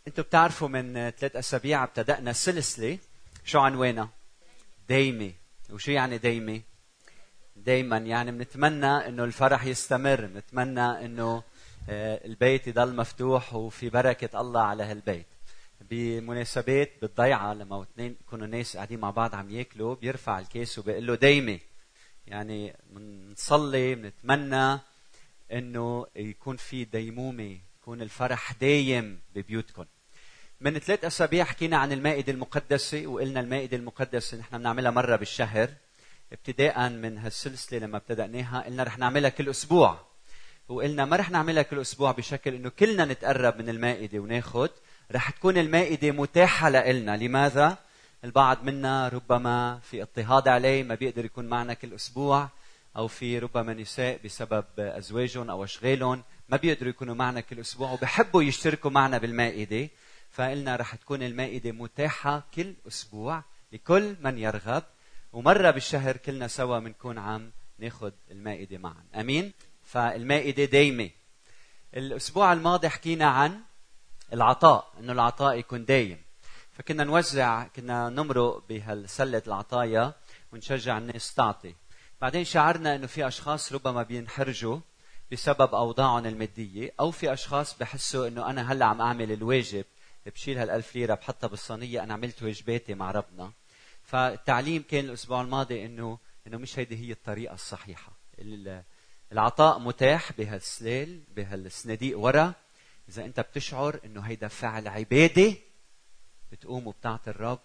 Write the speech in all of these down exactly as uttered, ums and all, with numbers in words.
انتوا بتعرفوا من ثلاث اسابيع ابتدأنا سلسلة شو عنوانها؟ دايمة. وشو يعني دايمة؟ دايما يعني بنتمنى انه الفرح يستمر، بنتمنى انه البيت يضل مفتوح وفي بركة الله على هالبيت. بمناسبات بالضيعة لما اثنين يكونوا ناس قاعدين مع بعض عم ياكلوا بيرفع الكيس وبيقول له دايمة، يعني بنصلي بنتمنى انه يكون في ديمومة، يكون الفرح دايم ببيوتكم. من ثلاث أسابيع حكينا عن المائدة المقدسة، وقلنا المائدة المقدسة نحن بنعملها مرة بالشهر ابتداء من هالسلسلة. لما ابتدأناها قلنا رح نعملها كل أسبوع، وقلنا ما رح نعملها كل أسبوع بشكل إنه كلنا نتقرب من المائدة وناخد. رح تكون المائدة متاحة لنا. لماذا؟ البعض منا ربما في اضطهاد عليه ما بيقدر يكون معنا كل أسبوع، أو في ربما نساء بسبب أزواجهم أو أشغالهم ما بيقدروا يكونوا معنا كل أسبوع وبيحبوا يشتركوا معنا بالمائدة. فقلنا رح تكون المائدة متاحة كل أسبوع لكل من يرغب، ومرة بالشهر كلنا سوا منكون عم ناخد المائدة معا. أمين؟ فالمائدة دايمة. الأسبوع الماضي حكينا عن العطاء، إنه العطاء يكون دايم. فكنا نوزع، كنا نمرق بهالسلة العطايا ونشجع الناس تعطي. بعدين شعرنا إنه في أشخاص ربما بينحرجوا بسبب أوضاعهم المادية، أو في أشخاص بحسوا إنه أنا هلأ عم أعمل الواجب، بشيل هالألف ليرة بحطها بالصينية، أنا عملت واجباتي مع ربنا. فالتعليم كان الأسبوع الماضي إنه إنه مش هيدي هي الطريقة الصحيحة. العطاء متاح بهالسلال بهالصناديق ورا. إذا أنت بتشعر إنه هيدا فعل عبادة بتقوم وبتعطي الرب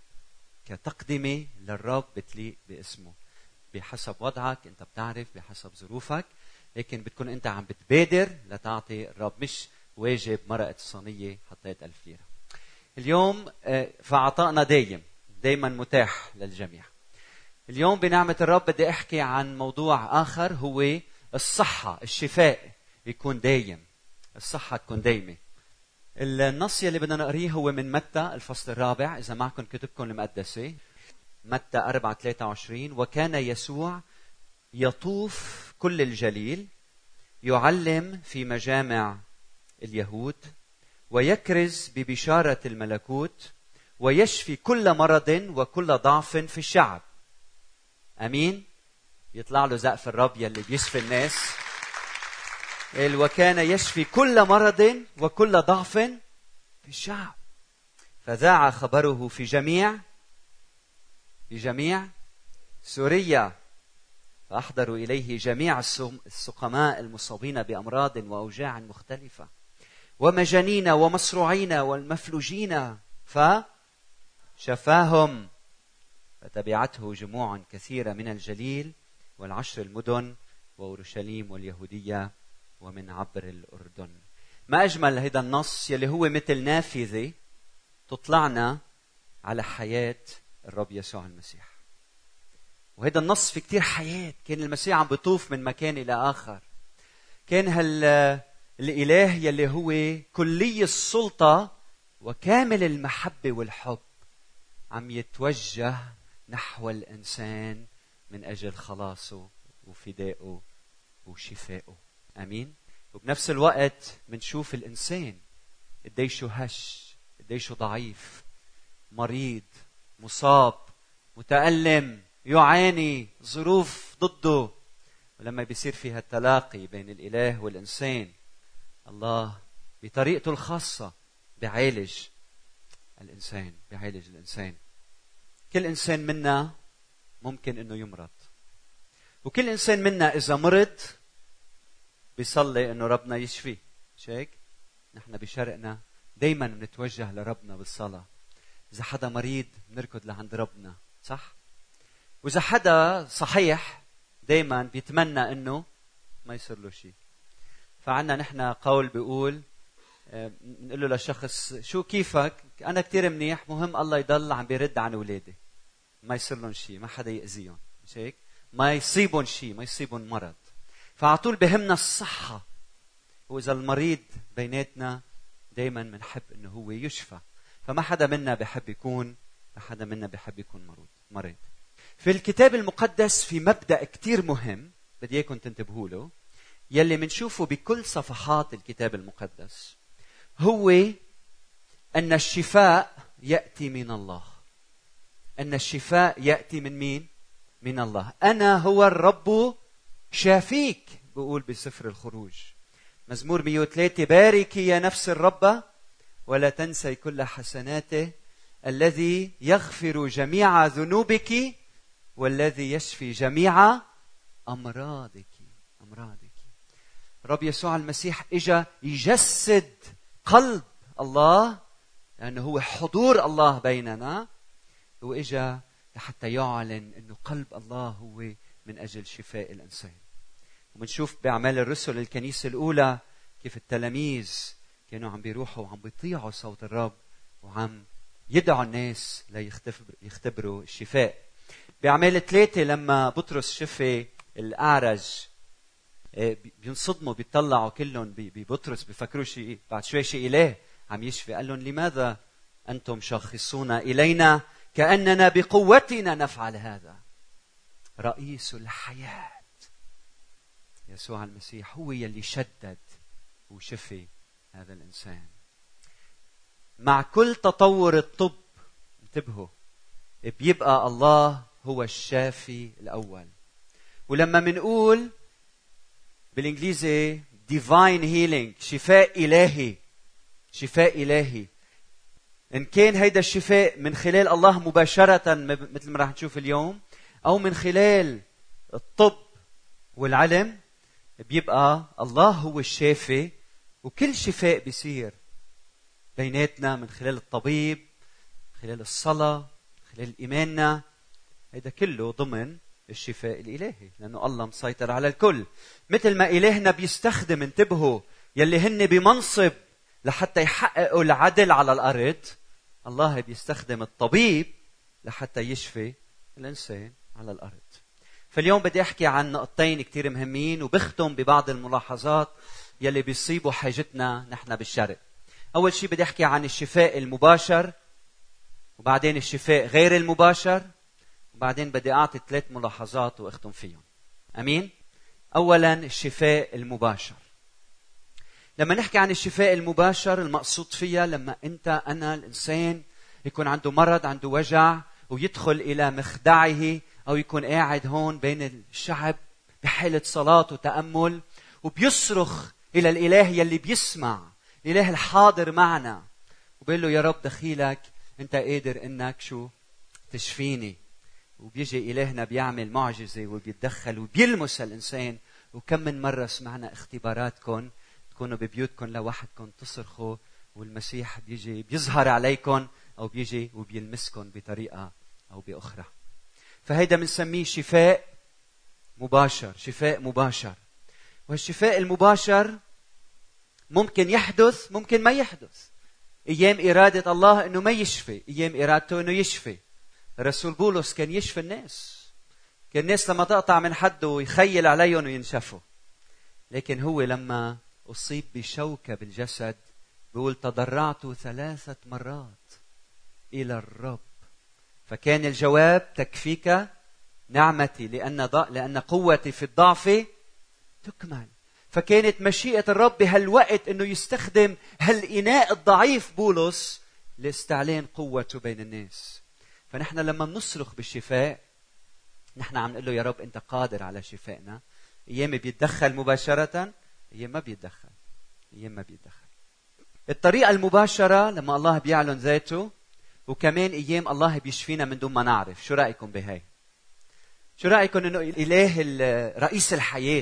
كتقدمة للرب بتليق باسمه بحسب وضعك. أنت بتعرف بحسب ظروفك، لكن بتكون أنت عم بتبادر لتعطي الرب، مش واجب مرقة الصينية حطيت ألف ليرة. اليوم فعطائنا دايم دايما متاح للجميع. اليوم بنعمة الرب بدي أحكي عن موضوع آخر، هو الصحة، الشفاء يكون دايم، الصحة تكون دايمة. النص اللي بدنا نقريه هو من متى الفصل الرابع، إذا معكم كتبكم المقدسة، متى أربعة ثلاثة وعشرين. وكان يسوع يطوف كل الجليل يعلم في مجامع اليهود ويكرز ببشارة الملكوت ويشفي كل مرض وكل ضعف في الشعب. أمين؟ يطلع له زقف الرب يلي بيشفي الناس. وكان يشفي كل مرض وكل ضعف في الشعب. فذاع خبره في جميع في جميع سوريا، فأحضروا إليه جميع السقماء المصابين بأمراض وأوجاع مختلفة ومجانين ومصروعين والمفلوجين فشفاهم. فتبعته جموع كثيرة من الجليل والعشر المدن وأورشليم واليهودية ومن عبر الأردن. ما أجمل هذا النص يلي هو مثل نافذة تطلعنا على حياة الرب يسوع المسيح. وهذا النص في كتير حياة. كان المسيح عم بطوف من مكان إلى آخر. كان هال الإله يلي هو كلي السلطة وكامل المحبة والحب عم يتوجه نحو الإنسان من أجل خلاصه وفدائه وشفائه. أمين؟ وبنفس الوقت منشوف الإنسان قديشه هش، قديشه ضعيف، مريض، مصاب، متألم، يعاني، ظروف ضده. ولما بيصير فيها التلاقي بين الإله والإنسان، الله بطريقته الخاصة بيعالج الإنسان، بيعالج الإنسان. كل إنسان منا ممكن إنه يمرض، وكل إنسان منا إذا مرض بيصلي إنه ربنا يشفيه. مش هيك؟ نحن بشرقنا دايما بنتوجه لربنا بالصلاة. إذا حدا مريض بنركض لعند ربنا، صح؟ وإذا حدا صحيح دايما بيتمنى إنه ما يصير له شيء. فعنا نحن قول بيقول، نقول له لشخص شو كيفك؟ أنا كتير منيح، مهم الله يضل عم بيرد عن أولادي، ما يصير لهم شيء، ما حدا يأذيهم، مش هيك؟ ما يصيبهم شيء، ما يصيبهم مرض. فعطول بهمنا الصحة. وإذا المريض بيناتنا دايما منحب إنه هو يشفى. فما حدا منا بحب يكون ما حدا منا بحب يكون مريض مريض. في الكتاب المقدس في مبدأ كتير مهم بدي اياكم تنتبهوا له، يلي منشوفه بكل صفحات الكتاب المقدس، هو أن الشفاء يأتي من الله. أن الشفاء يأتي من مين؟ من الله. أنا هو الرب شافيك، بقول بسفر الخروج. مزمور مئة وثلاثة: باركي يا نفس الرب ولا تنسي كل حسناته، الذي يغفر جميع ذنوبك والذي يشفي جميع أمراضك. أمراضك. رب يسوع المسيح إجا يجسد قلب الله، لأنه هو حضور الله بيننا، وإجا لحتى يعلن أنه قلب الله هو من أجل شفاء الإنسان. ومنشوف بأعمال الرسل الكنيسة الأولى كيف التلاميذ كانوا عم بيروحوا وعم بيطيعوا صوت الرب وعم يدعوا الناس ليختبروا الشفاء. بأعمال ثلاثة لما بطرس شفى الأعرج، بينصدموا بيطلعوا كلهم ببطرس، بيفكروا شيء بعد شوي شيء إله عم يشفي. قال لهم: لماذا أنتم شاخصون إلينا كأننا بقوتنا نفعل هذا؟ رئيس الحياة يسوع المسيح هو يلي شدد وشفي هذا الإنسان. مع كل تطور الطب، انتبهوا، بيبقى الله هو الشافي الأول. ولما منقول بالإنجليزي divine healing، شفاء إلهي، شفاء إلهي، إن كان هيدا الشفاء من خلال الله مباشرة مثل ما راح نشوف اليوم، أو من خلال الطب والعلم، بيبقى الله هو الشافي. وكل شفاء بيصير بيناتنا من خلال الطبيب، من خلال الصلاة، من خلال إيماننا، هيدا كله ضمن الشفاء الإلهي، لأنه الله مسيطر على الكل. مثل ما إلهنا بيستخدم، انتبهوا، يلي هن بمنصب لحتى يحققوا العدل على الأرض، الله بيستخدم الطبيب لحتى يشفي الإنسان على الأرض. فاليوم بدي أحكي عن نقطتين كتير مهمين، وبختم ببعض الملاحظات يلي بيصيبوا حاجتنا نحن بالشرق. أول شيء بدي أحكي عن الشفاء المباشر، وبعدين الشفاء غير المباشر، وبعدين بدي أعطي ثلاث ملاحظات وأختم فيهم. أمين؟ أولا الشفاء المباشر. لما نحكي عن الشفاء المباشر، المقصود فيها لما أنت أنا الإنسان يكون عنده مرض، عنده وجع، ويدخل إلى مخدعه، أو يكون قاعد هون بين الشعب بحالة صلاة وتأمل، وبيصرخ إلى الإله يلي بيسمع، الإله الحاضر معنا، وبيقول له: يا رب دخيلك أنت قادر إنك شو تشفيني. وبيجي إلهنا بيعمل معجزة وبيتدخل وبيلمس الإنسان. وكم من مرة سمعنا اختباراتكم تكونوا ببيوتكم لوحدكم تصرخوا، والمسيح بيجي بيظهر عليكم، أو بيجي وبيلمسكم بطريقة أو بأخرى. فهيدا بنسميه شفاء مباشر، شفاء مباشر. والشفاء المباشر ممكن يحدث، ممكن ما يحدث. أيام إرادة الله إنه ما يشفي، أيام إرادته إنه يشفي. الرسول بولس كان يشفي الناس، كان الناس لما تقطع من حده ويخيل عليهم وينشفوا. لكن هو لما أصيب بشوكة بالجسد بيقول: تضرعت ثلاثة مرات إلى الرب فكان الجواب: تكفيك نعمتي لأن ضع... لأن قوتي في الضعف تكمل. فكانت مشيئة الرب بهالوقت إنه يستخدم هالإناء الضعيف بولس لاستعلان قوته بين الناس. فنحن لما بنصرخ بالشفاء، نحن عم نقول له: يا رب أنت قادر على شفائنا. أيام بيتدخل مباشرة، أيام ما بيتدخل، أيام ما بيتدخل. الطريقة المباشرة لما الله بيعلن ذاته، وكمان أيام الله بيشفينا من دون ما نعرف. شو رأيكم بهاي؟ شو رأيكم إنه إله رئيس الحياة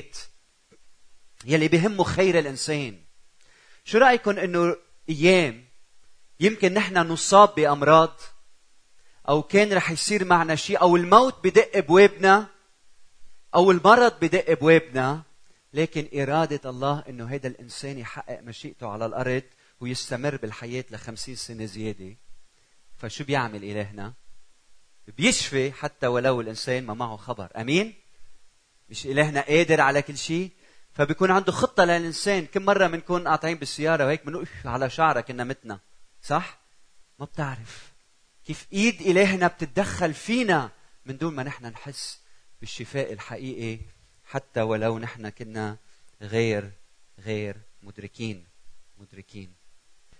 يلي بيهمه خير الإنسان، شو رأيكم إنه أيام يمكن نحن نصاب بأمراض، أو كان رح يصير معنا شيء، أو الموت بدق بوابنا، أو المرض بدق بوابنا، لكن إرادة الله إنه هذا الإنسان يحقق مشيئته على الأرض ويستمر بالحياة لخمسين سنة زيادة. فشو بيعمل إلهنا؟ بيشفي حتى ولو الإنسان ما معه خبر. أمين؟ مش إلهنا قادر على كل شيء؟ فبيكون عنده خطة للإنسان. كم مرة منكون قاطعين بالسيارة وهيك منقول على شعرك إننا متنا، صح؟ ما بتعرف كيف إيد إلهنا بتتدخل فينا من دون ما نحن نحس بالشفاء الحقيقي، حتى ولو نحن كنا غير غير مدركين مدركين.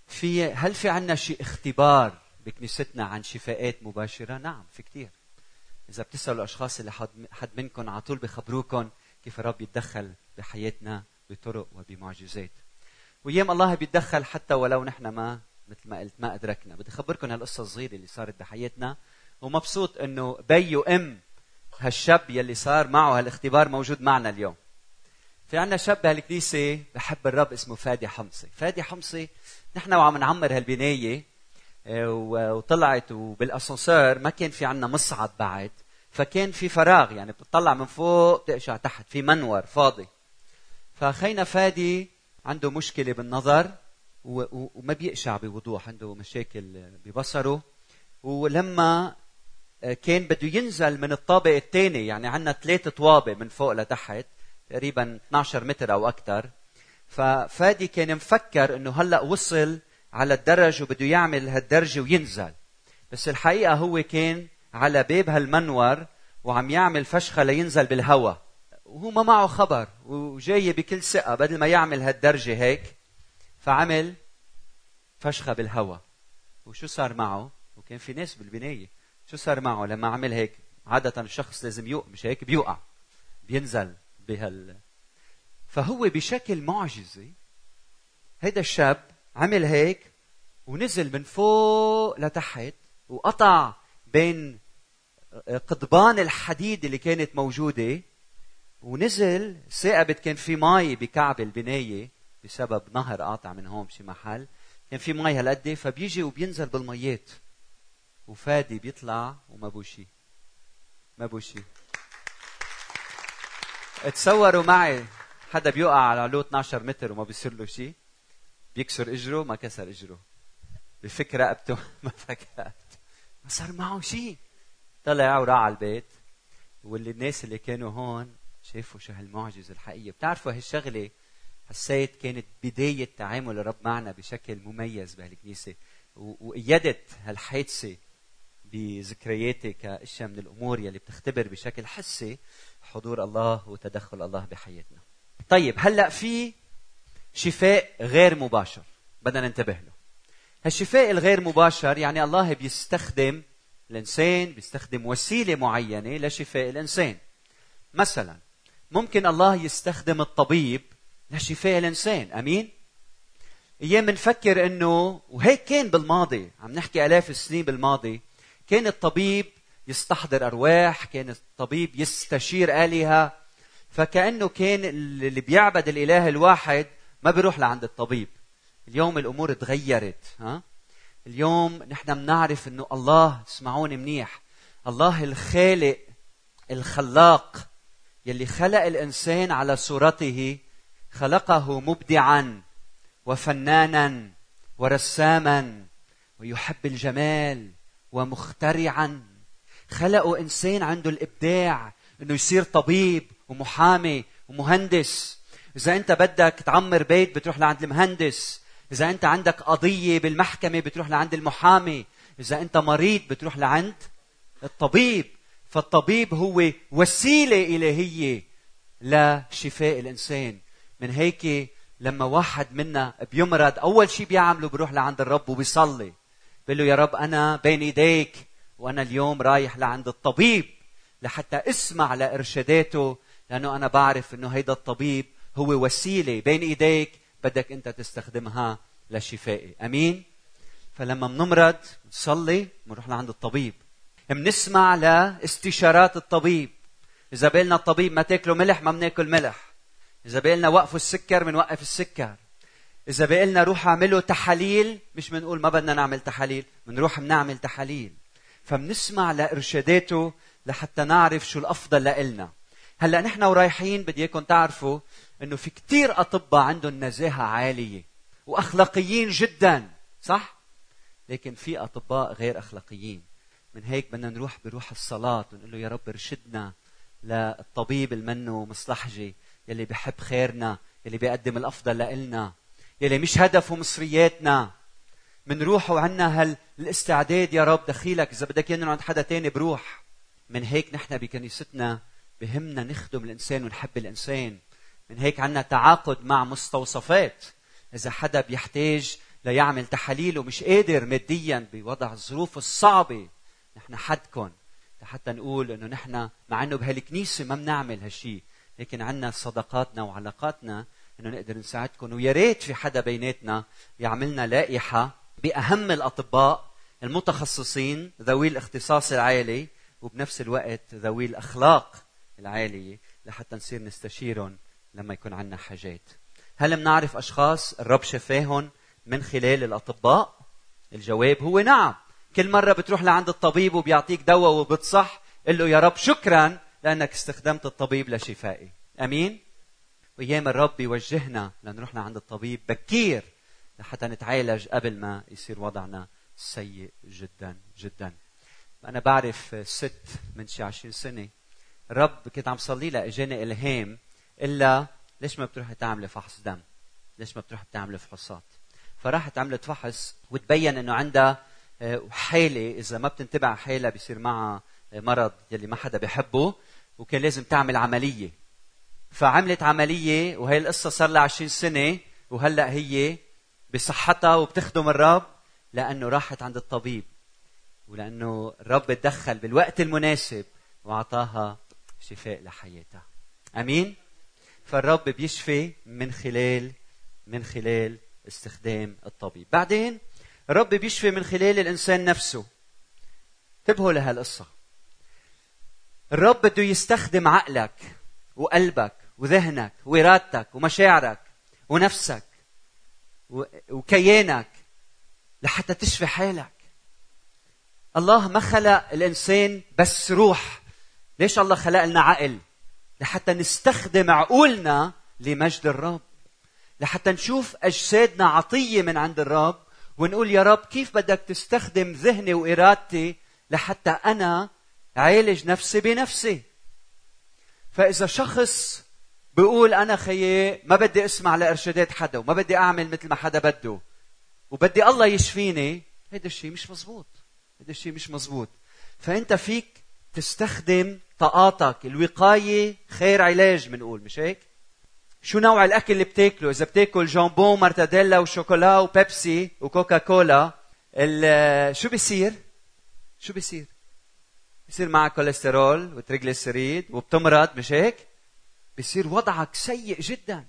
في هل في عنا شيء اختبار بكنيستنا عن شفاءات مباشرة؟ نعم في كتير. إذا بتسألوا الأشخاص اللي حد, حد منكم على طول بيخبروكم كيف الرب يتدخل بحياتنا بطرق وبمعجزات. وأيام الله بيتدخل حتى ولو نحن ما مثل ما قلت ما أدركنا. بدي أخبركم هالقصة الصغيرة اللي صارت بحياتنا، ومبسوط إنه بي وأم هالشاب يلي صار معه هالاختبار موجود معنا اليوم. في عنا شاب بهالكنيسة بحب الرب اسمه فادي حمصي. فادي حمصي نحن وعم نعمر هالبناية وطلعت وبالأسانسير ما كان في عنا مصعد بعد، فكان في فراغ، يعني بتطلع من فوق بتقشع تحت في منور فاضي. فخينا فادي عنده مشكلة بالنظر وما بيقشع بوضوح، عنده مشاكل ببصره. ولما كان بده ينزل من الطابق الثاني، يعني عنا ثلاثة طوابق من فوق لتحت تقريبا اثني عشر متر أو أكثر، ففادي كان مفكر إنه هلأ وصل على الدرج وبده يعمل هالدرجة وينزل، بس الحقيقة هو كان على باب هالمنور وعم يعمل فشخة لينزل بالهواء، وهو ما معه خبر وجاي بكل ثقة. بدل ما يعمل هالدرجة هيك فعمل فشخة بالهواء. وشو صار معه؟ وكان في ناس بالبناية. شو صار معه لما عمل هيك؟ عادة الشخص لازم يوقع، مش هيك بيوقع بينزل بهال. فهو بشكل معجزي هيدا الشاب عمل هيك ونزل من فوق لتحت وقطع بين قضبان الحديد اللي كانت موجودة، ونزل ثاقبت. كان في مي بكعب البناية بسبب نهر قاطع من هون بشي محل، كان في مي هالقد، فبيجي وبينزل بالميات، وفادي بيطلع وما بوشي ما بوشي. تصوروا معي حدا بيوقع على علو اثني عشر متر وما بيصير له شيء، بيكسر اجره، ما كسر اجره، بفك رقبته ما فك رقبته، ما صار معه شيء. طلع وراح على البيت، واللي الناس اللي كانوا هون شافوا شو هالمعجزة الحقيقية. بتعرفوا هالشغلة حسيت كانت بداية تعامل الرب معنا بشكل مميز بهالكنيسة، وقيدت هالحادثة بذكرياتي كأشياء من الأمور يلي بتختبر بشكل حسي حضور الله وتدخل الله بحياتنا. طيب هلأ في شفاء غير مباشر بدنا ننتبه له. هالشفاء الغير مباشر يعني الله بيستخدم الإنسان، بيستخدم وسيلة معينة لشفاء الإنسان. مثلا ممكن الله يستخدم الطبيب لشفاء الإنسان. أمين؟ أيام نفكر إنه، وهيك كان بالماضي، عم نحكي آلاف السنين بالماضي، كان الطبيب يستحضر أرواح، كان الطبيب يستشير آلهة، فكأنه كان اللي بيعبد الإله الواحد ما بيروح لعند الطبيب. اليوم الأمور تغيرت. ها؟ اليوم نحن بنعرف إنه الله، اسمعوني منيح، الله الخالق الخلاق يلي خلق الإنسان على صورته، خلقه مبدعا وفنانا ورساما ويحب الجمال ومخترعا. خلقوا إنسان عنده الإبداع إنه يصير طبيب ومحامي ومهندس. إذا أنت بدك تعمر بيت بتروح لعند المهندس، إذا أنت عندك قضية بالمحكمة بتروح لعند المحامي، إذا أنت مريض بتروح لعند الطبيب. فالطبيب هو وسيلة إلهية لشفاء الإنسان. من هيك لما واحد منا بيمرض أول شيء بيعمله بيروح لعند الرب وبيصلي، بيقول له يا رب أنا بين إيديك وأنا اليوم رايح لعند الطبيب لحتى اسمع لإرشاداته، لأنه أنا بعرف أنه هيدا الطبيب هو وسيلة بين إيديك بدك أنت تستخدمها لشفائي. أمين؟ فلما منمرض نصلي بنروح لعند الطبيب، منسمع لاستشارات الطبيب. إذا بقلنا الطبيب ما تاكلوا ملح ما بناكل ملح، إذا بقلنا وقفوا السكر بنوقف السكر، إذا بقلنا روح اعملوا تحاليل مش بنقول ما بدنا نعمل تحاليل، بنروح بنعمل تحاليل. فبنسمع لإرشاداته لحتى نعرف شو الأفضل لإلنا. هلأ نحن ورايحين بدي اياكم تعرفوا إنه في كتير أطباء عندهم نزاهة عالية وأخلاقيين جدا، صح؟ لكن في أطباء غير أخلاقيين. من هيك بدنا نروح بروح الصلاة ونقول له يا رب ارشدنا للطبيب المنه مصلحجي يلي بيحب خيرنا، يلي بيقدم الأفضل لإلنا، يلي مش هدفه مصرياتنا. منروح وعنا هالاستعداد يا رب دخيلك، إذا بدك ينو عند حدا تاني بروح. من هيك نحن بكنيستنا بهمنا نخدم الإنسان ونحب الإنسان. من هيك عنا تعاقد مع مستوصفات. إذا حدا بيحتاج ليعمل تحاليل ومش قادر ماديا بوضع الظروف الصعبة، نحن حدكم حتى نقول انه نحن مع انه بهالكنيسة ما بنعمل هالشيء، لكن عنا صداقاتنا وعلاقاتنا انه نقدر نساعدكم. ويا ريت في حدا بيناتنا يعملنا لائحة بأهم الأطباء المتخصصين ذوي الاختصاص العالي وبنفس الوقت ذوي الأخلاق العالية، لحتى نصير نستشيرهم لما يكون عنا حاجات. هل منعرف أشخاص الرب شفاهم من خلال الأطباء؟ الجواب هو نعم. كل مرة بتروح لعند الطبيب وبيعطيك دواء وبتصح، قل له يا رب شكرا لأنك استخدمت الطبيب لشفائي. أمين. وأيام الرب يوجهنا لنروح لعند الطبيب بكير لحتى نتعالج قبل ما يصير وضعنا سيء جدا جدا. أنا بعرف ست من شي عشرين سنة الرب كنت عم صلي لها اجاني الهام، إلا ليش ما بتروحي تعملي فحص دم؟ ليش ما بتروحي تعملي فحوصات؟ فراحت عملت فحص وتبين انه عندها حالة اذا ما بتنتبه على حالها بيصير معها مرض يلي ما حدا بيحبه، وكان لازم تعمل عملية. فعملت عملية، وهي القصة صار لها عشرين سنة، وهلأ هي بصحتها وبتخدم الرب لأنه راحت عند الطبيب، ولأنه الرب تدخل بالوقت المناسب وعطاها شفاء لحياتها. أمين. فالرب بيشفي من خلال من خلال استخدام الطبيب. بعدين الرب بيشفي من خلال الإنسان نفسه. انتبهوا لهالقصة. الرب بده يستخدم عقلك وقلبك وذهنك وإرادتك ومشاعرك ونفسك وكيانك لحتى تشفي حالك. الله ما خلق الإنسان بس روح. ليش الله خلق لنا عقل؟ لحتى نستخدم عقولنا لمجد الرب، لحتى نشوف أجسادنا عطية من عند الرب ونقول يا رب كيف بدك تستخدم ذهني وإرادتي لحتى أنا عالج نفسي بنفسي. فإذا شخص بيقول أنا خيي ما بدي أسمع لإرشادات حدا وما بدي أعمل مثل ما حدا بده وبدي الله يشفيني، هيدا الشيء مش مزبوط. هيدا الشيء مش مزبوط. فأنت فيك تستخدم طاقاتك. الوقاية خير علاج بنقول، مش هيك؟ شو نوع الأكل اللي بتاكله؟ إذا بتاكل جامبون مرتديلا وشوكولا وبيبسي وكوكا كولا، شو بيصير؟ شو بيصير؟ بيصير معك كوليسترول وتريغليسيريد وبتمرض، مش هيك؟ بيصير وضعك سيء جدا.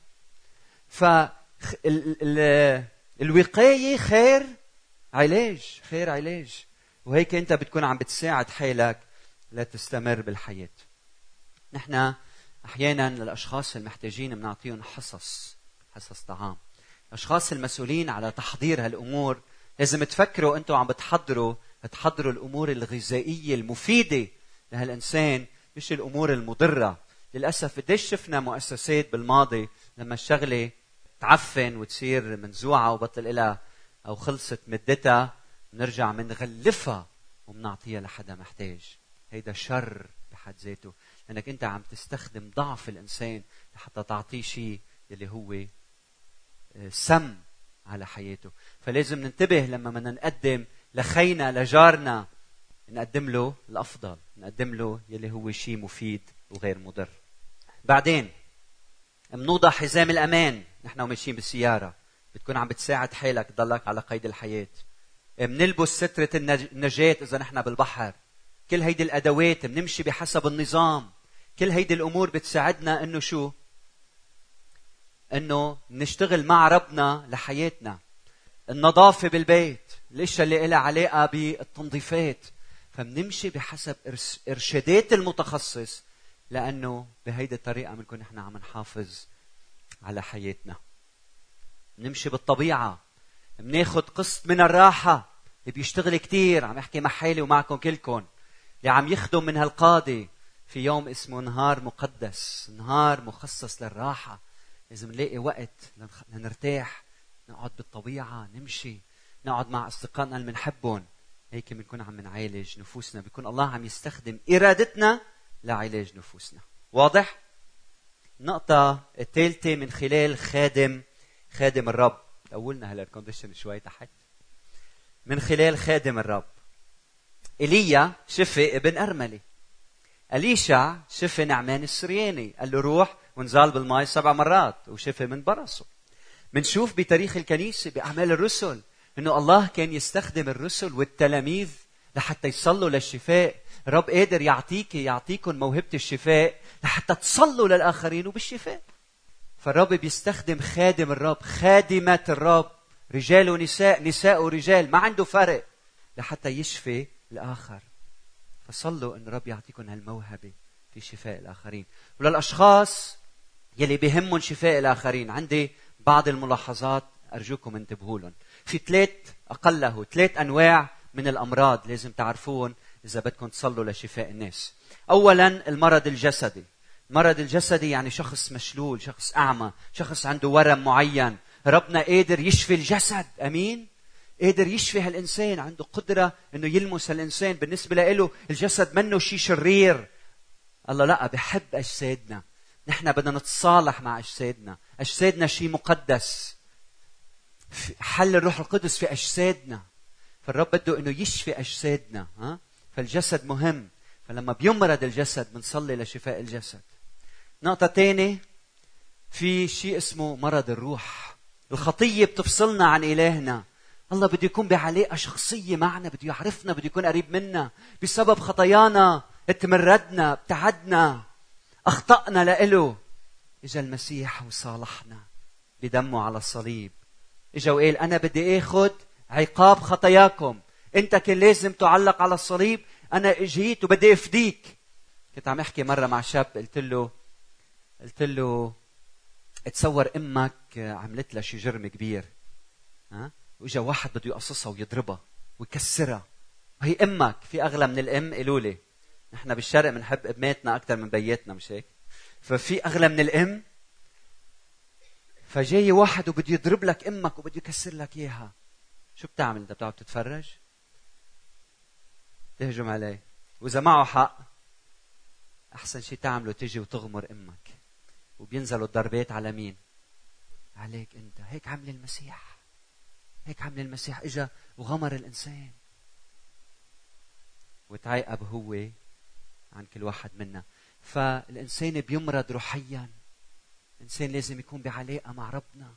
فالوقاية خير علاج، خير علاج. وهيك أنت بتكون عم بتساعد حالك لا تستمر بالحياة. نحن أحيانا للأشخاص المحتاجين بنعطيهم حصص حصص طعام. الأشخاص المسؤولين على تحضير هالأمور لازم تفكروا أنتوا عم بتحضروا تحضروا الأمور الغذائية المفيدة لهالإنسان، مش الأمور المضرة. للأسف قديش شفنا مؤسسات بالماضي لما الشغلة تعفن وتصير منزوعة وبطل إلها أو خلصت مدتها نرجع منغلفها ومنعطيها لحدا محتاج. هيدا شر بحد ذاته، لأنك أنت عم تستخدم ضعف الإنسان لحتى تعطيه شيء اللي هو سم على حياته. فلازم ننتبه لما بدنا نقدم لخينا لجارنا نقدم له الأفضل، نقدم له يلي هو شيء مفيد وغير مضر. بعدين منوضع حزام الأمان نحن وماشيين بالسيارة، بتكون عم بتساعد حالك تضلك على قيد الحياة. منلبس سترة النجاة إذا نحن بالبحر. كل هيدي الأدوات بنمشي بحسب النظام. كل هيدي الأمور بتساعدنا إنه شو؟ إنه نشتغل مع ربنا لحياتنا. النظافة بالبيت، الاشياء اللي لها علاقة بالتنظيفات، فبنمشي بحسب إرشادات المتخصص، لأنه بهيدي الطريقة بنكون نحن عم نحافظ على حياتنا. بنمشي بالطبيعة، بناخد قسط من الراحة. اللي بيشتغل كتير، عم يحكي مع حالي ومعكم كلكم، اللي عم يخدم من هالقاضي في يوم اسمه نهار مقدس، نهار مخصص للراحة. لازم نلاقي وقت لنرتاح، نقعد بالطبيعة، نمشي، نقعد مع أصدقائنا اللي بنحبهم. هيك بنكون عم نعالج نفوسنا، بيكون الله عم يستخدم إرادتنا لعلاج نفوسنا. واضح؟ النقطة الثالثة من خلال خادم خادم الرب. أولنا هلا الكونديشن شوي تحت. من خلال خادم الرب. إيليا شفي ابن أرملة. أليشع شفي نعمان السرياني، قال له روح ونزال بالماء سبع مرات وشفي من برصه. منشوف بتاريخ الكنيسة بأعمال الرسل إنه الله كان يستخدم الرسل والتلاميذ لحتى يصلوا للشفاء. الرب قادر يعطيك يعطيكم موهبة الشفاء لحتى تصلوا للآخرين وبالشفاء. فالرب بيستخدم خادم الرب، خادمة الرب، رجال ونساء، نساء ورجال، ما عنده فرق، لحتى يشفي الآخر. فصلوا أن الرب يعطيكم هالموهبة في شفاء الآخرين. وللأشخاص يلي بيهمهم شفاء الآخرين، عندي بعض الملاحظات أرجوكم انتبهوا لهم. في ثلاث أقله ثلاث أنواع من الأمراض لازم تعرفون إذا بدكم تصلوا لشفاء الناس. أولا المرض الجسدي. المرض الجسدي يعني شخص مشلول، شخص أعمى، شخص عنده ورم معين. ربنا قادر يشفي الجسد. أمين. قادر يشفي هالإنسان، عنده قدرة إنه يلمس هالإنسان. بالنسبة له الجسد منه شيء شرير. الله لا، بحب أجسادنا. نحن بدنا نتصالح مع أجسادنا. أجسادنا شيء مقدس. حل الروح القدس في أجسادنا. فالرب بده إنه يشفي أجسادنا. ها؟ فالجسد مهم. فلما بيمرض الجسد بنصلي لشفاء الجسد. نقطة تانية، في شيء اسمه مرض الروح. الخطية بتفصلنا عن إلهنا. الله بده يكون بعلاقة شخصية معنا، بده يعرفنا، بده يكون قريب منا. بسبب خطايانا اتمردنا، ابتعدنا، أخطأنا لإله. إجا المسيح وصالحنا بدمه على الصليب. إجا وقال أنا بدي آخد عقاب خطاياكم. أنت كان لازم تعلق على الصليب، أنا اجيت وبدي أفديك. كنت عم أحكي مرة مع شاب، قلت له قلت له اتصور أمك عملت لها شي جرم كبير، ها؟ وإجا واحد بده يقصصها ويضربها ويكسرها، وهي أمك. في أغلى من الأم. قالوا لي نحن بالشرق بنحب أماتنا أكثر من بياتنا، مش هيك؟ ففي أغلى من الأم. فجاي واحد وبده يضرب لك أمك وبده يكسر لك إياها، شو بتعمل أنت؟ بتقعد تتفرج؟ تهجم عليه. وإذا معه حق أحسن شيء تعمله تيجي وتغمر أمك. وبينزلوا الضربات على مين؟ عليك أنت. هيك عمل المسيح. هيك عمل المسيح. إجا وغمر الإنسان وتعاقب هو عن كل واحد منا. فالإنسان بيمرض روحيا. الإنسان لازم يكون بعلاقة مع ربنا.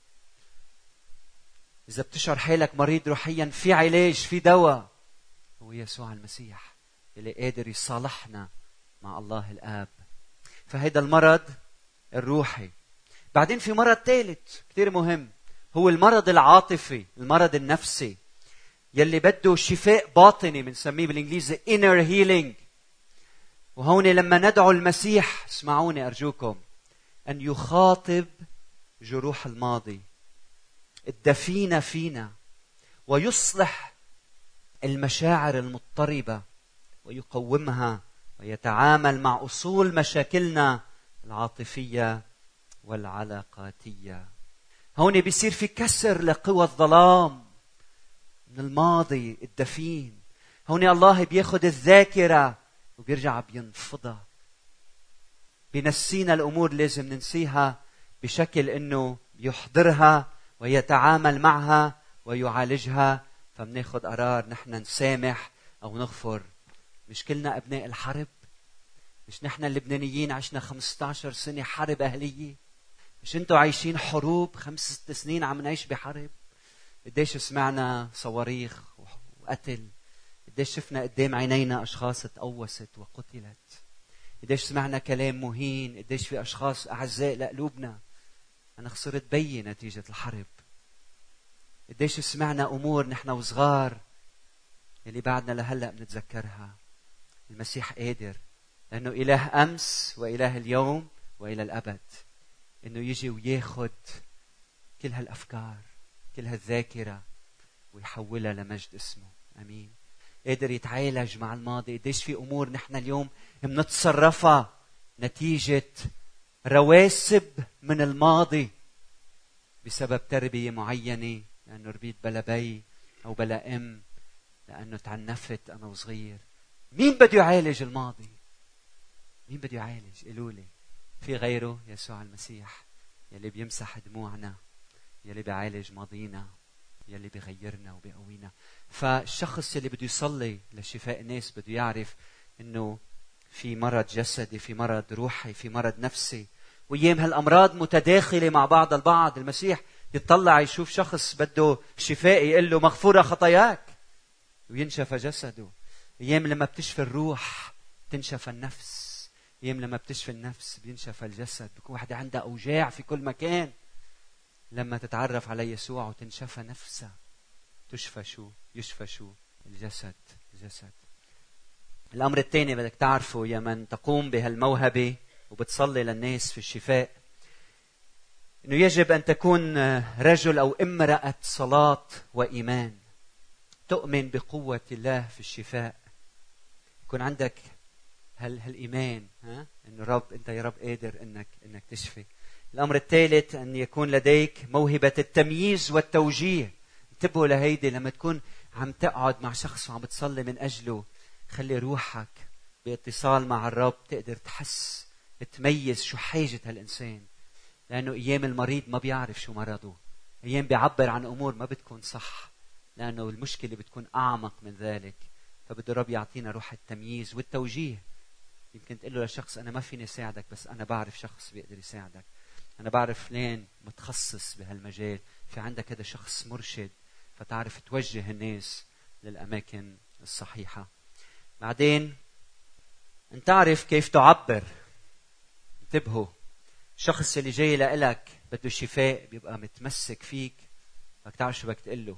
إذا بتشعر حالك مريض روحيا، في علاج، في دواء، هو يسوع المسيح اللي قادر يصالحنا مع الله الآب. فهذا المرض الروحي. بعدين في مرض ثالث كتير مهم، هو المرض العاطفي، المرض النفسي، يلي بده شفاء باطني، بنسميه بالإنجليزي inner healing. وهون لما ندعو المسيح، اسمعوني أرجوكم، أن يخاطب جروح الماضي الدفينة فينا، ويصلح المشاعر المضطربة ويقومها، ويتعامل مع أصول مشاكلنا العاطفية والعلاقاتية. هون بيصير في كسر لقوى الظلام من الماضي الدفين. هون الله بياخد الذاكرة وبيرجع بينفضها، بينسينا الأمور لازم ننسيها بشكل إنه يحضرها ويتعامل معها ويعالجها. فبناخد قرار نحن نسامح أو نغفر. مش كلنا أبناء الحرب؟ مش نحن اللبنانيين عشنا خمسة عشر سنة حرب أهلية؟ مش انتوا عايشين حروب خمس ست سنين عم نعيش بحرب؟ قديش سمعنا صواريخ وقتل، قديش شفنا قدام عينينا أشخاص تقوست وقتلت، قديش سمعنا كلام مهين، قديش في أشخاص أعزاء لقلوبنا أنا خسرت بيي نتيجة الحرب، قديش سمعنا أمور نحن وصغار اللي بعدنا لهلأ بنتذكرها. المسيح قادر، لأنه إله أمس وإله اليوم وإلى الأبد، إنه يجي وياخد كل هالأفكار، كل هالذاكرة، ويحولها لمجد اسمه. أمين. قادر يتعالج مع الماضي. قديش في أمور نحن اليوم بنتصرفها نتيجة رواسب من الماضي بسبب تربية معينة، لأنه ربيت بلا بي أو بلا أم، لأنه تعنفت أنا وصغير. مين بده يعالج الماضي؟ مين بده يعالج؟ قولوا لي. في غيره؟ يسوع المسيح، يلي بيمسح دموعنا، يلي بيعالج ماضينا، يلي بيغيرنا وبيقوينا. فالشخص يلي بده يصلي لشفاء الناس بده يعرف إنه في مرض جسدي، في مرض روحي، في مرض نفسي، وأيام هالأمراض متداخلة مع بعض البعض. المسيح يطلع يشوف شخص بده شفاء يقول له مغفورة خطاياك وينشف جسده. أيام لما بتشفى الروح تنشف النفس. أيام لما بتشفى النفس بينشف الجسد. بكون واحدة عندها أوجاع في كل مكان، لما تتعرف على يسوع وتنشفى نفسها تشفى شو؟ يشفى شو؟ الجسد. الجسد. الأمر الثاني بدك تعرفه يا من تقوم بهالموهبة وبتصلي للناس في الشفاء، إنه يجب أن تكون رجل أو امرأة صلاة وإيمان، تؤمن بقوة الله في الشفاء، يكون عندك هال هالإيمان، ها؟ إنه رب أنت يا رب قادر إنك إنك تشفي. الأمر الثالث أن يكون لديك موهبة التمييز والتوجيه. انتبهوا لهيدي، لما تكون عم تقعد مع شخص وعم بتصلي من أجله، خلي روحك باتصال مع الرب تقدر تحس تميز شو حاجة هالإنسان، لأنه أيام المريض ما بيعرف شو مرضه، أيام بيعبر عن أمور ما بتكون صح، لأنه المشكلة بتكون أعمق من ذلك. فبده الرب يعطينا روح التمييز والتوجيه. يمكن تقول له لشخص أنا ما فيني ساعدك، بس أنا بعرف شخص بيقدر يساعدك، أنا بعرف فلان متخصص بهالمجال، في عندك هذا شخص مرشد، فتعرف توجه الناس للأماكن الصحيحة. بعدين أن تعرف كيف تعبر. انتبهوا، الشخص اللي جاي لإلك بده شفاء بيبقى متمسك فيك، بدك تعرف شو بدك تقول له.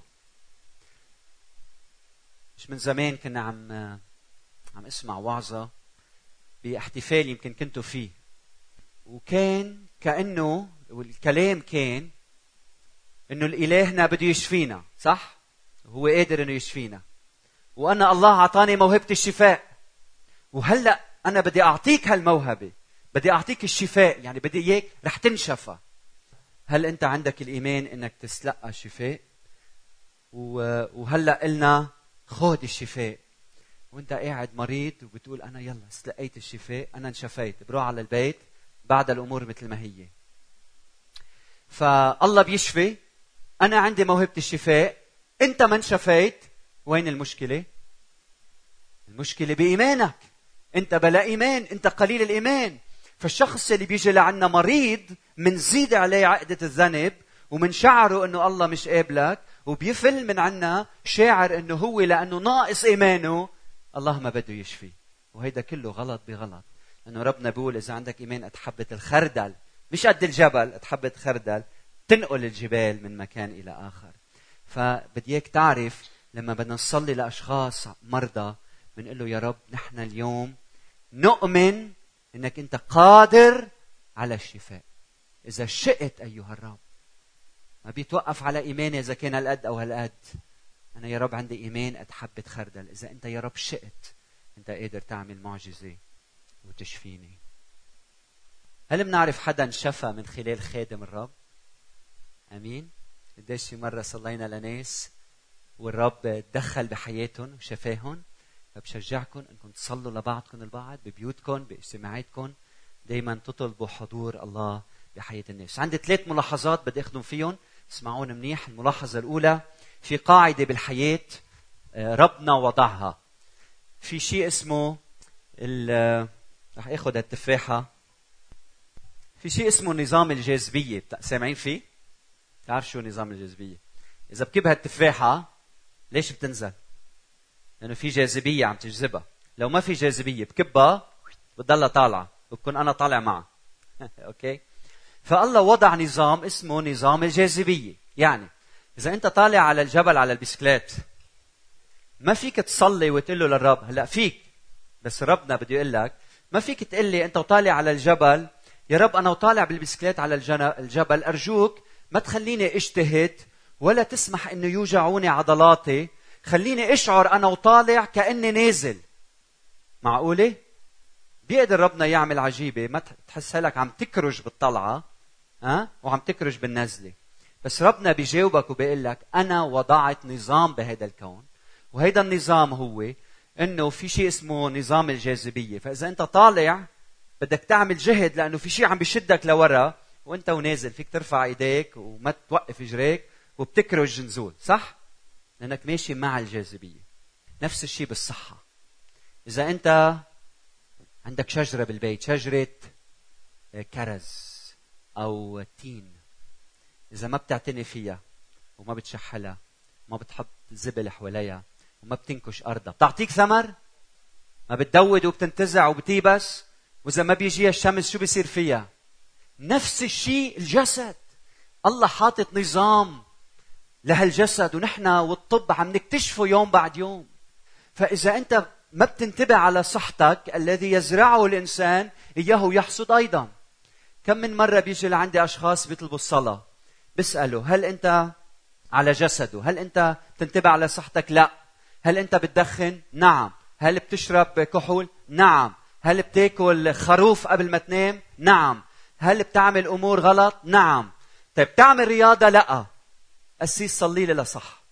مش من زمان كنا عم عم اسمع وعظة باحتفال يمكن كنتوا فيه، وكان كأنه والكلام كان إنه الإلهنا بده يشفينا، صح؟ هو قادر إنه يشفينا، وأنا الله أعطاني موهبة الشفاء، وهلأ أنا بدي أعطيك هالموهبة، بدي أعطيك الشفاء، يعني بدي إياك رح تنشفى. هل أنت عندك الإيمان إنك تستلقى الشفاء؟ وهلأ قلنا خذ الشفاء، وأنت قاعد مريض وبتقول أنا يلا استلقيت الشفاء، أنا انشفيت، بروح على البيت بعد الأمور مثل ما هي. فالله بيشفي، أنا عندي موهبة الشفاء، أنت ما انشفيت. وين المشكلة؟ المشكلة بإيمانك. أنت بلا إيمان، أنت قليل الإيمان. فالشخص اللي بيجي لعنا مريض منزيد عليه عقدة الذنب، ومن شعره أنه الله مش قابلك، وبيفل من عنا شاعر أنه هو لأنه ناقص إيمانه الله ما بده يشفي. وهيدا كله غلط بغلط، لأنه ربنا بيقول إذا عندك إيمان قد حبة الخردل، مش قد الجبل، قد حبة خردل، تنقل الجبال من مكان إلى آخر. فبدي إياك تعرف لما بدنا نصلي لأشخاص مرضى بنقول له يا رب نحن اليوم نؤمن إنك أنت قادر على الشفاء إذا شئت أيها الرب. ما بيتوقف على إيماني إذا كان هالقد أو هالقد. أنا يا رب عندي إيمان قد حبة خردل، إذا أنت يا رب شئت أنت قادر تعمل معجزة وتشفيني. هل بنعرف حدا انشفى من خلال خادم الرب؟ أمين. قديش في مرة صلينا لناس والرب دخل بحياتهم وشفاهم. فبشجعكم أنكم تصلوا لبعضكم البعض ببيوتكم باجتماعاتكم، دايما تطلبوا حضور الله بحياة الناس. عندي ثلاث ملاحظات بدي أخدم فيهم، اسمعون منيح. الملاحظة الأولى، في قاعدة بالحياة ربنا وضعها. في شيء اسمه رح أخذ التفاحة، في شيء اسمه نظام الجاذبية. سامعين فيه؟ تعرف شو نظام الجاذبية؟ إذا بكبها التفاحة ليش بتنزل؟ لأنه في جاذبية عم تجذبها. لو ما في جاذبية بكبها بتضلها طالعة، وبكون أنا طالع معها. أوكي؟ فالله وضع نظام اسمه نظام الجاذبية. يعني إذا أنت طالع على الجبل على البسكليت ما فيك تصلي وتقول له للرب هلأ فيك، بس ربنا بده يقول لك ما فيك تقول لي أنت وطالع على الجبل يا رب أنا وطالع بالبسكليت على الجبل أرجوك ما تخليني اجتهد ولا تسمح إنه يوجعوني عضلاتي، خليني اشعر أنا وطالع كأني نازل. معقولة؟ بيقدر ربنا يعمل عجيبة، ما تحس لك عم تكرج بالطلعة ها وعم تكرج بالنزلة، بس ربنا بيجاوبك وبيقول لك أنا وضعت نظام بهذا الكون، وهيدا النظام هو إنه في شيء اسمه نظام الجاذبية. فإذا أنت طالع بدك تعمل جهد لأنه في شيء عم بيشدك لورا، وأنت ونازل فيك ترفع إيديك وما توقف إجريك وبتكرج نزول، صح؟ لأنك ماشي مع الجاذبية. نفس الشيء بالصحة. إذا أنت عندك شجرة بالبيت، شجرة كرز أو تين، إذا ما بتعتني فيها وما بتشحلها وما بتحط زبل حواليها وما بتنكش أرضها بتعطيك ثمر؟ ما بتدود وبتنتزع وبتيبس؟ وإذا ما بيجيها الشمس شو بيصير فيها؟ نفس الشيء الجسد. الله حاطط نظام لهالجسد ونحن والطب عم نكتشفه يوم بعد يوم. فإذا أنت ما بتنتبه على صحتك الذي يزرعه الإنسان إياه يحصد أيضا. كم من مرة بيجي لعندي أشخاص بيطلبوا الصلاة، بيسألوا هل أنت على جسده؟ هل أنت بتنتبه على صحتك؟ لا. هل أنت بتدخن؟ نعم. هل بتشرب كحول؟ نعم. هل بتاكل خروف قبل ما تنام؟ نعم. هل بتعمل أمور غلط؟ نعم. طيب بتعمل رياضة؟ لا. أسيس صلي لي لصح.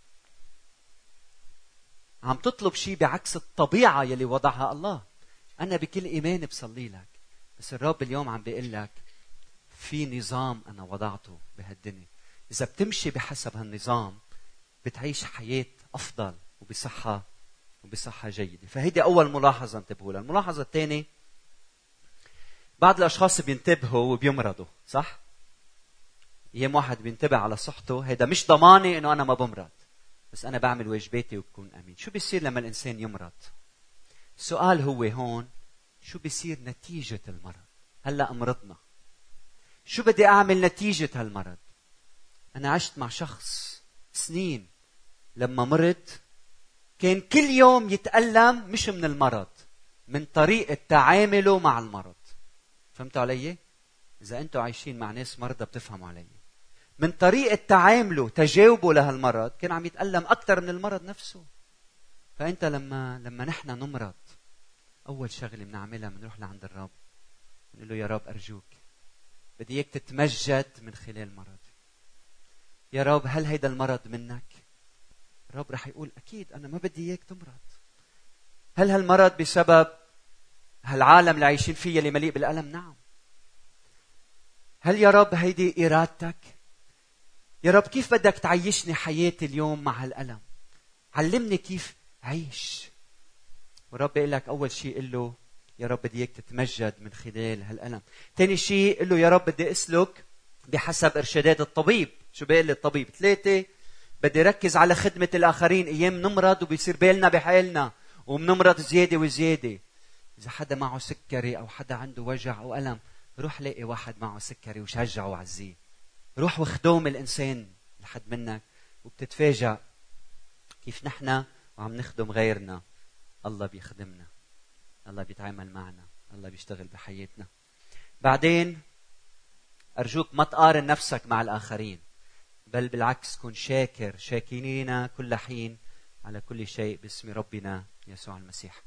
عم تطلب شيء بعكس الطبيعة يلي وضعها الله. أنا بكل إيمان بصلي لك، بس الرب اليوم عم بيقول لك في نظام أنا وضعته بهالدنيا، إذا بتمشي بحسب هالنظام بتعيش حياة أفضل وبصحة وبصحة جيدة. فهيدي أول ملاحظة انتبهوا لها. الملاحظة الثانية، بعض الأشخاص بينتبهوا وبيمرضوا، صح؟ أيام واحد بينتبه على صحته، هيدا مش ضماني إنه أنا ما بمرض، بس أنا بعمل واجباتي وبكون أمين. شو بيصير لما الإنسان يمرض؟ السؤال هو هون، شو بيصير نتيجة المرض؟ هلأ مرضنا، شو بدي أعمل نتيجة هالمرض؟ أنا عشت مع شخص سنين لما مرض كان كل يوم يتألم، مش من المرض، من طريقة تعامله مع المرض. فهمتوا علي؟ إذا أنتوا عايشين مع ناس مرضى بتفهموا علي. من طريقة تعامله تجاوبه لهالمرض كان عم يتألم أكثر من المرض نفسه. فأنت لما لما نحن نمرض، أول شغلة بنعملها بنروح لعند الرب بنقول له يا رب أرجوك بدي إياك تتمجد من خلال مرض. يا رب هل هيدا المرض منك؟ الرب رح يقول أكيد أنا ما بدي إياك تمرض. هل هالمرض بسبب هالعالم اللي عايشين فيه اللي مليء بالألم؟ نعم. هل يا رب هيدي إرادتك؟ يا رب كيف بدك تعيشني حياتي اليوم مع هالألم؟ علمني كيف عيش. ورب يقول لك أول شيء قل له يا رب بدي إياك تتمجد من خلال هالألم. تاني شيء قل له يا رب بدي أسلك بحسب إرشادات الطبيب. شو بيقول لي الطبيب؟ ثلاثة، بدي ركز على خدمة الآخرين. أيام نمرض وبيصير بالنا بحالنا وبنمرض زيادة وزيادة. إذا حدا معه سكري أو حدا عنده وجع أو ألم، روح لاقي واحد معه سكري وشجعه وعزيه. روح وخدوم الإنسان لحد منك، وبتتفاجأ كيف نحن وعم نخدم غيرنا الله بيخدمنا، الله بيتعامل معنا، الله بيشتغل بحياتنا. بعدين أرجوك ما تقارن نفسك مع الآخرين، بل بالعكس كن شاكر، شاكرين كل حين على كل شيء باسم ربنا يسوع المسيح.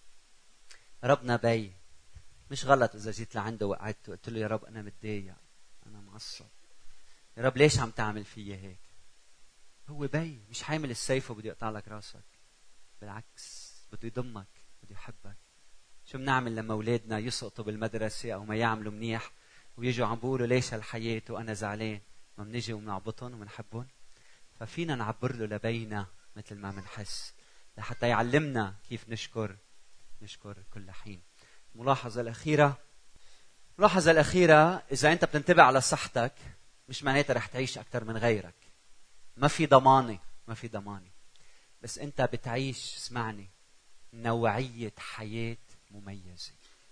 ربنا بي، مش غلط إذا جيت لعنده وقعدت وقلت له يا رب أنا متضايق، أنا معصب، يا رب ليش عم تعمل فيي هيك؟ هو بي، مش حامل السيف وبده يقطع لك راسك. بالعكس بده يضمك، بده يحبك. شو بنعمل لما أولادنا يسقطوا بالمدرسة أو ما يعملوا منيح ويجوا عم بيقولوا ليش هالحياة وأنا زعلان؟ ما بنجي وبنعبطهم وبنحبهم؟ ففينا نعبر له لبينا مثل ما بنحس لحتى يعلمنا كيف نشكر نشكر كل حين. ملاحظة الأخيرة، الملاحظة الأخيرة، إذا أنت بتنتبه على صحتك مش معناتها رح تعيش أكثر من غيرك. ما في ضمانة، ما في ضمانة، بس أنت بتعيش، اسمعني، نوعية حياة مميزة.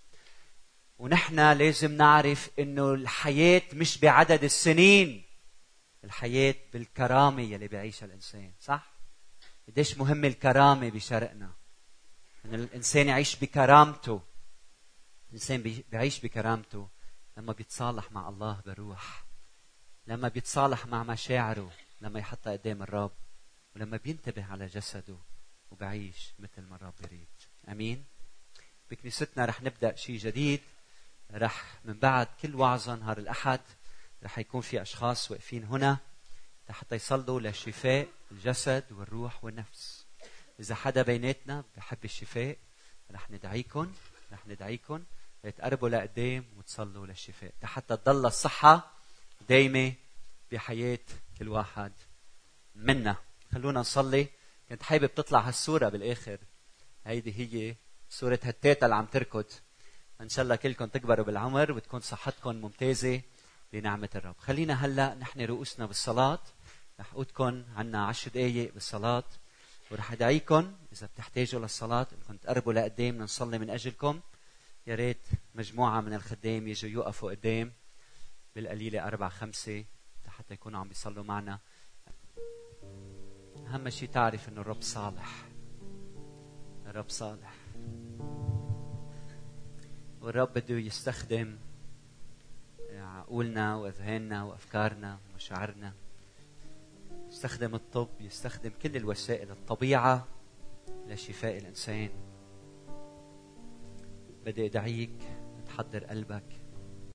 ونحن لازم نعرف إنه الحياة مش بعدد السنين، الحياة بالكرامة يلي بيعيشها الإنسان. صح؟ قديش مهم الكرامة بشرقنا، إن الإنسان يعيش بكرامته. الإنسان بيعيش بكرامته لما بيتصالح مع الله بروح، لما بيتصالح مع مشاعره، لما يحطها قدام الرب، ولما بينتبه على جسده وبعيش مثل ما الرب يريد. أمين. بكنيستنا رح نبدأ شيء جديد. رح من بعد كل وعظة نهار الأحد رح يكون في أشخاص واقفين هنا حتى يصلوا لشفاء الجسد والروح والنفس. إذا حدا بيناتنا بحب الشفاء رح ندعيكم، رح ندعيكم تقربوا لقدام وتصلوا للشفاء حتى تضل الصحة دايمة بحياة كل واحد منا. خلونا نصلي. كنت حابب تطلع هالصورة بالآخر، هيدي هي صورة هالتيتا اللي عم تركض. إن شاء الله كلكم تكبروا بالعمر وتكون صحتكم ممتازة لنعمة الرب. خلينا هلأ نحن رؤوسنا بالصلاة. رح أقودكم عنا عشر دقايق بالصلاة، ورح أدعيكم إذا بتحتاجوا للصلاة إنكم تقربوا لقدام نصلي من أجلكم. يا ريت مجموعة من الخدام يجوا يوقفوا قدام بالقليلة أربعة خمسة حتى يكونوا عم بيصلوا معنا. أهم شيء تعرف إنه الرب صالح، الرب صالح، والرب بده يستخدم عقولنا وأذهاننا وأفكارنا ومشاعرنا، يستخدم الطب، يستخدم كل الوسائل، الطبيعة لشفاء الإنسان. بدي أدعيك تحضر قلبك